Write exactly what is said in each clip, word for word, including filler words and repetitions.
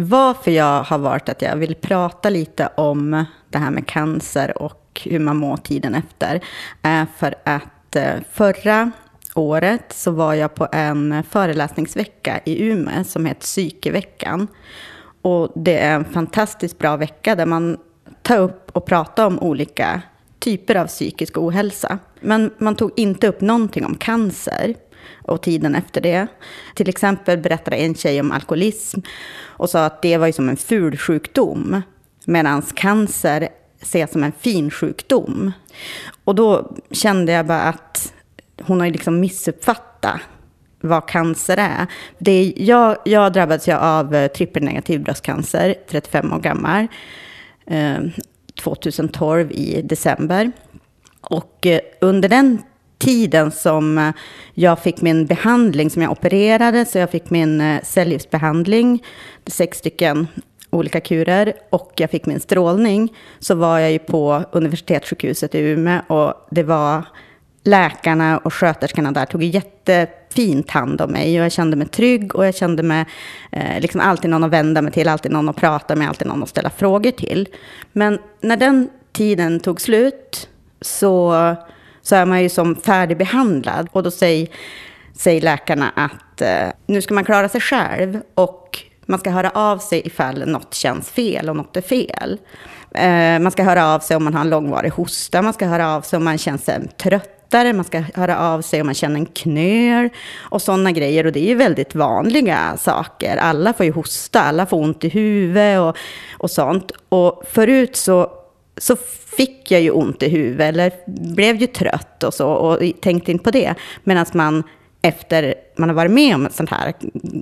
varför jag har varit att jag vill prata lite om det här med cancer och hur man mår tiden efter är för att förra året så var jag på en föreläsningsvecka i Umeå som heter Psykeveckan. Och det är en fantastiskt bra vecka där man tar upp och pratar om olika typer av psykisk ohälsa. Men man tog inte upp någonting om cancer och tiden efter det. Till exempel berättade en tjej om alkoholism och sa att det var ju som en ful sjukdom, medan cancer ses som en fin sjukdom. Och då kände jag bara att hon har ju liksom missuppfattat vad cancer är. Det, jag, jag drabbades jag av trippelnegativ bröstcancer, trettiofem år gammal, eh, tjugohundratolv i december. Och eh, under den tiden som jag fick min behandling, som jag opererade, så jag fick min eh, cellgiftsbehandling, sex stycken olika kurer, och jag fick min strålning, så var jag ju på universitetssjukhuset i Umeå, och det var läkarna och sköterskorna där tog jättefint hand om mig, och jag kände mig trygg, och jag kände mig eh, liksom alltid någon att vända mig till, alltid någon att prata med, alltid någon att ställa frågor till. Men när den tiden tog slut så, så är man ju som färdigbehandlad, och då säger, säger läkarna att eh, nu ska man klara sig själv, och man ska höra av sig ifall något känns fel och något är fel. Eh, man ska höra av sig om man har en långvarig hosta, man ska höra av sig om man känns tröttare, man ska höra av sig om man känner en knöl och sådana grejer. Och det är ju väldigt vanliga saker. Alla får ju hosta, alla får ont i huvudet och, och sånt. Och förut så, så fick jag ju ont i huvudet, eller blev ju trött och så, och tänkte inte på det. Medan man efter man har varit med om ett sånt här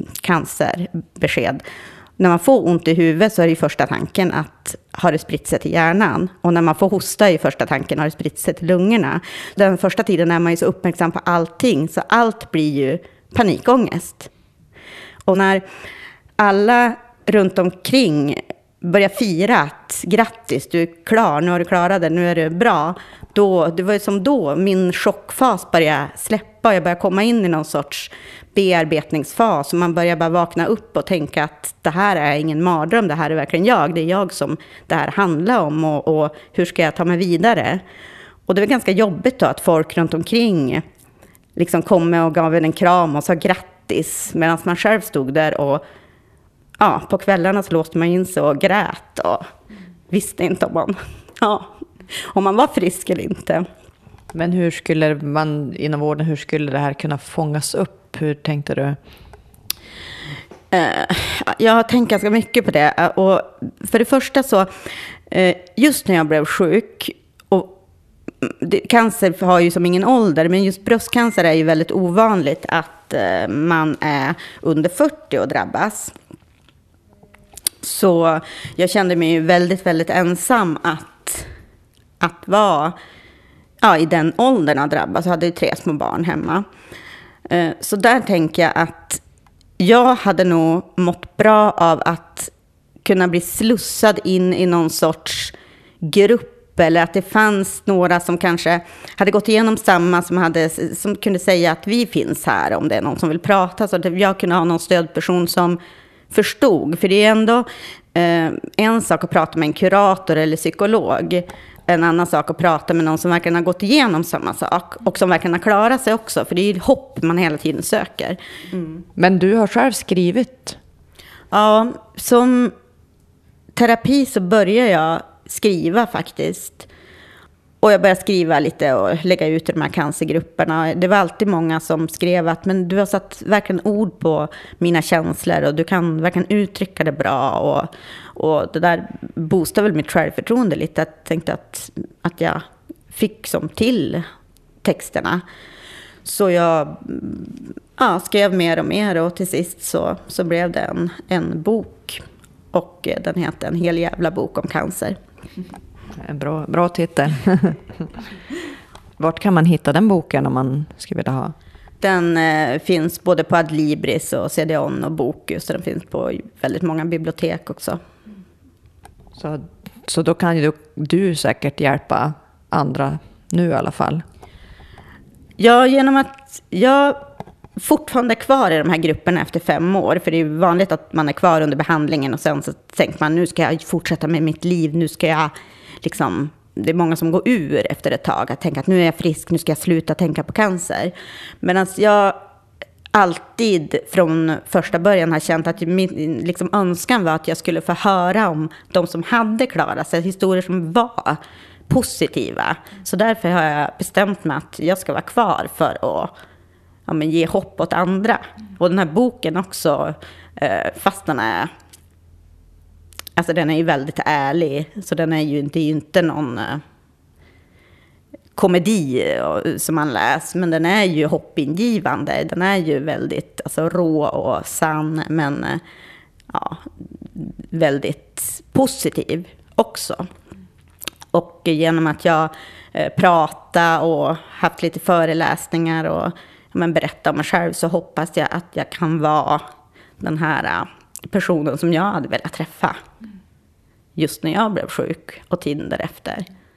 cancerbesked, när man får ont i huvudet så är det ju första tanken att har det spritt sig till hjärnan. Och när man får hosta är ju första tanken har det spritt sig till lungorna. Den första tiden är man ju så uppmärksam på allting, så allt blir ju panikångest. Och när alla runt omkring börjar fira att grattis, du är klar, nu har du klarat det, nu är det bra. Då, det var ju som då min chockfas började släppa, jag började komma in i någon sorts bearbetningsfas, och man börjar bara vakna upp och tänka att det här är ingen mardröm, det här är verkligen jag, det är jag som det här handlar om, och, och hur ska jag ta mig vidare? Och det var ganska jobbigt då att folk runt omkring liksom kom med och gav en kram och sa grattis, medan man själv stod där och ja, på kvällarna så låste man in sig och grät och visste inte om man, ja, om man var frisk eller inte. Men hur skulle man inom vården, hur skulle det här kunna fångas upp? Hur tänkte du? Uh, jag har tänkt ganska mycket på det. Och för det första så, uh, just när jag blev sjuk, och det, cancer har ju som ingen ålder, men just bröstcancer är ju väldigt ovanligt att uh, man är under fyrtio och drabbas. Så jag kände mig ju väldigt, väldigt ensam att, att vara ja, i den åldern att drabbas. Jag hade ju tre små barn hemma. Så där tänker jag att jag hade nog mått bra av att kunna bli slussad in i någon sorts grupp, eller att det fanns några som kanske hade gått igenom samma, som, hade, som kunde säga att vi finns här om det är någon som vill prata, så att jag kunde ha någon stödperson som förstod. För det är ändå eh, en sak att prata med en kurator eller psykolog, en annan sak att prata med någon som verkligen har gått igenom samma sak och som verkligen har klarat sig också, för det är ju hopp man hela tiden söker. Mm. Men du har själv skrivit? Ja, som terapi så börjar jag skriva faktiskt. Och jag började skriva lite och lägga ut i de här cancergrupperna. Det var alltid många som skrev att men du har satt verkligen ord på mina känslor och du kan verkligen uttrycka det bra. Och, och det där boostade väl mitt självförtroende lite. Jag tänkte att, att jag fick som till texterna. Så jag ja, skrev mer och mer, och till sist så, så blev det en, en bok. Och den heter En hel jävla bok om cancer. En bra, bra titel. Vart kan man hitta den boken om man skulle vilja ha? Den eh, finns både på Adlibris och C D O N och Bokus. Så den finns på väldigt många bibliotek också. Så, så då kan ju du, du säkert hjälpa andra nu i alla fall. Ja, genom att jag fortfarande kvar i de här grupperna efter fem år. För det är vanligt att man är kvar under behandlingen och sen så tänker man, nu ska jag fortsätta med mitt liv, nu ska jag liksom... Det är många som går ur efter ett tag. Att tänka att nu är jag frisk, nu ska jag sluta tänka på cancer. Medan jag alltid från första början har känt att min liksom, önskan var att jag skulle få höra om de som hade klarat sig. Historier som var positiva. Så därför har jag bestämt mig att jag ska vara kvar för att ja, men ge hopp åt andra. Och den här boken också, eh, fast den är... Alltså den är ju väldigt ärlig, så den är ju inte, inte någon eh, komedi eh, som man läser, men den är ju hoppingivande. Den är ju väldigt alltså, rå och sann, men eh, ja, väldigt positiv också. Och genom att jag eh, pratar och haft lite föreläsningar och ja, men berätta om mig själv, så hoppas jag att jag kan vara den här eh, personen som jag hade velat träffa just när jag blev sjuk och tiden därefter.